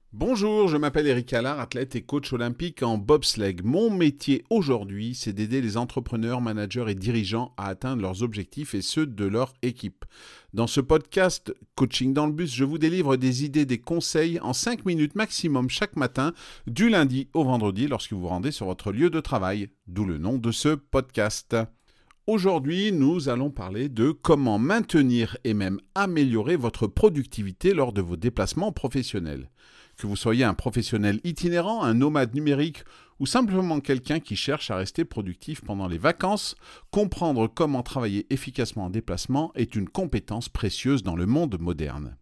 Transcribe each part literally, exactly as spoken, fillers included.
Bonjour, je m'appelle Eric Allard, athlète et coach olympique en bobsleigh. Mon métier aujourd'hui, c'est d'aider les entrepreneurs, managers et dirigeants à atteindre leurs objectifs et ceux de leur équipe. Dans ce podcast Coaching dans le bus, je vous délivre des idées, des conseils en cinq minutes maximum chaque matin, du lundi au vendredi lorsque vous vous rendez sur votre lieu de travail, d'où le nom de ce podcast. Aujourd'hui, nous allons parler de comment maintenir et même améliorer votre productivité lors de vos déplacements professionnels. Que vous soyez un professionnel itinérant, un nomade numérique ou simplement quelqu'un qui cherche à rester productif pendant les vacances, comprendre comment travailler efficacement en déplacement est une compétence précieuse dans le monde moderne.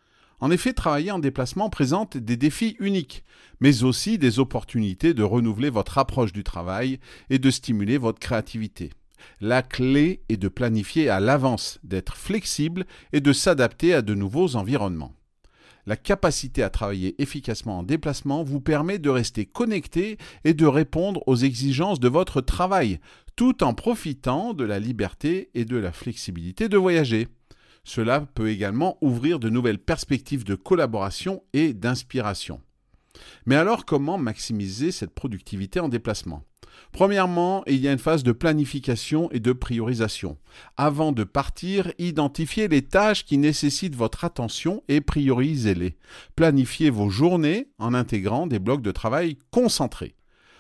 En effet, travailler en déplacement présente des défis uniques, mais aussi des opportunités de renouveler votre approche du travail et de stimuler votre créativité. La clé est de planifier à l'avance, d'être flexible et de s'adapter à de nouveaux environnements. La capacité à travailler efficacement en déplacement vous permet de rester connecté et de répondre aux exigences de votre travail, tout en profitant de la liberté et de la flexibilité de voyager. Cela peut également ouvrir de nouvelles perspectives de collaboration et d'inspiration. Mais alors, comment maximiser cette productivité en déplacement ? Premièrement, il y a une phase de planification et de priorisation. Avant de partir, identifiez les tâches qui nécessitent votre attention et priorisez-les. Planifiez vos journées en intégrant des blocs de travail concentrés.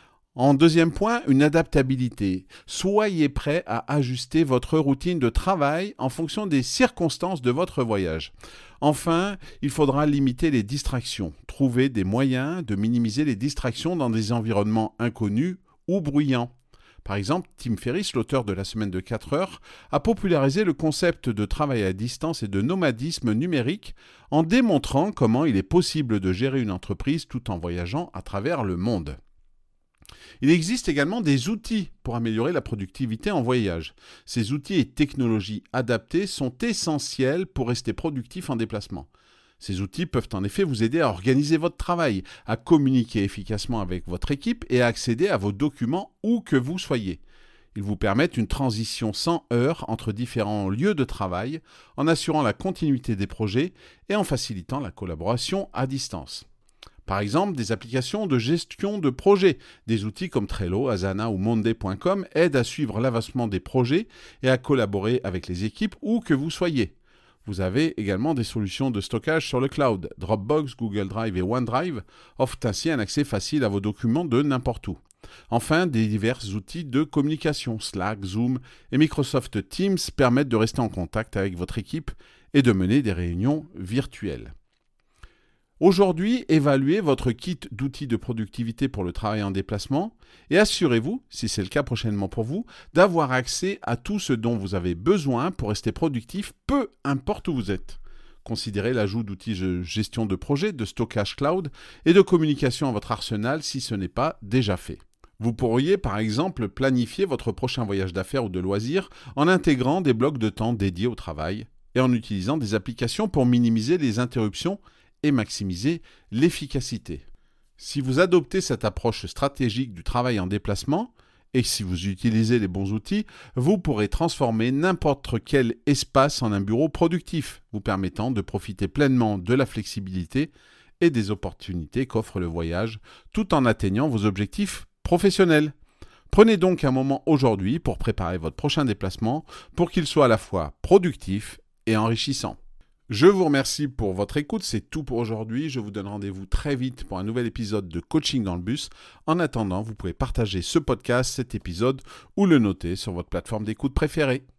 En deuxième point, une adaptabilité. Soyez prêt à ajuster votre routine de travail en fonction des circonstances de votre voyage. Enfin, il faudra limiter les distractions. Trouver des moyens de minimiser les distractions dans des environnements inconnus ou bruyants. Par exemple, Tim Ferriss, l'auteur de la semaine de quatre heures, a popularisé le concept de travail à distance et de nomadisme numérique en démontrant comment il est possible de gérer une entreprise tout en voyageant à travers le monde. Il existe également des outils pour améliorer la productivité en voyage. Ces outils et technologies adaptées sont essentiels pour rester productif en déplacement. Ces outils peuvent en effet vous aider à organiser votre travail, à communiquer efficacement avec votre équipe et à accéder à vos documents où que vous soyez. Ils vous permettent une transition sans heurts entre différents lieux de travail, en assurant la continuité des projets et en facilitant la collaboration à distance. Par exemple, des applications de gestion de projets, des outils comme Trello, Asana ou Monday point com aident à suivre l'avancement des projets et à collaborer avec les équipes où que vous soyez. Vous avez également des solutions de stockage sur le cloud. Dropbox, Google Drive et OneDrive offrent ainsi un accès facile à vos documents de n'importe où. Enfin, des divers outils de communication, Slack, Zoom et Microsoft Teams permettent de rester en contact avec votre équipe et de mener des réunions virtuelles. Aujourd'hui, évaluez votre kit d'outils de productivité pour le travail en déplacement et assurez-vous, si c'est le cas prochainement pour vous, d'avoir accès à tout ce dont vous avez besoin pour rester productif, peu importe où vous êtes. Considérez l'ajout d'outils de gestion de projet, de stockage cloud et de communication à votre arsenal si ce n'est pas déjà fait. Vous pourriez par exemple planifier votre prochain voyage d'affaires ou de loisirs en intégrant des blocs de temps dédiés au travail et en utilisant des applications pour minimiser les interruptions et maximiser l'efficacité. Si vous adoptez cette approche stratégique du travail en déplacement, et si vous utilisez les bons outils, vous pourrez transformer n'importe quel espace en un bureau productif, vous permettant de profiter pleinement de la flexibilité et des opportunités qu'offre le voyage, tout en atteignant vos objectifs professionnels. Prenez donc un moment aujourd'hui pour préparer votre prochain déplacement pour qu'il soit à la fois productif et enrichissant. Je vous remercie pour votre écoute, c'est tout pour aujourd'hui. Je vous donne rendez-vous très vite pour un nouvel épisode de Coaching dans le bus. En attendant, vous pouvez partager ce podcast, cet épisode ou le noter sur votre plateforme d'écoute préférée.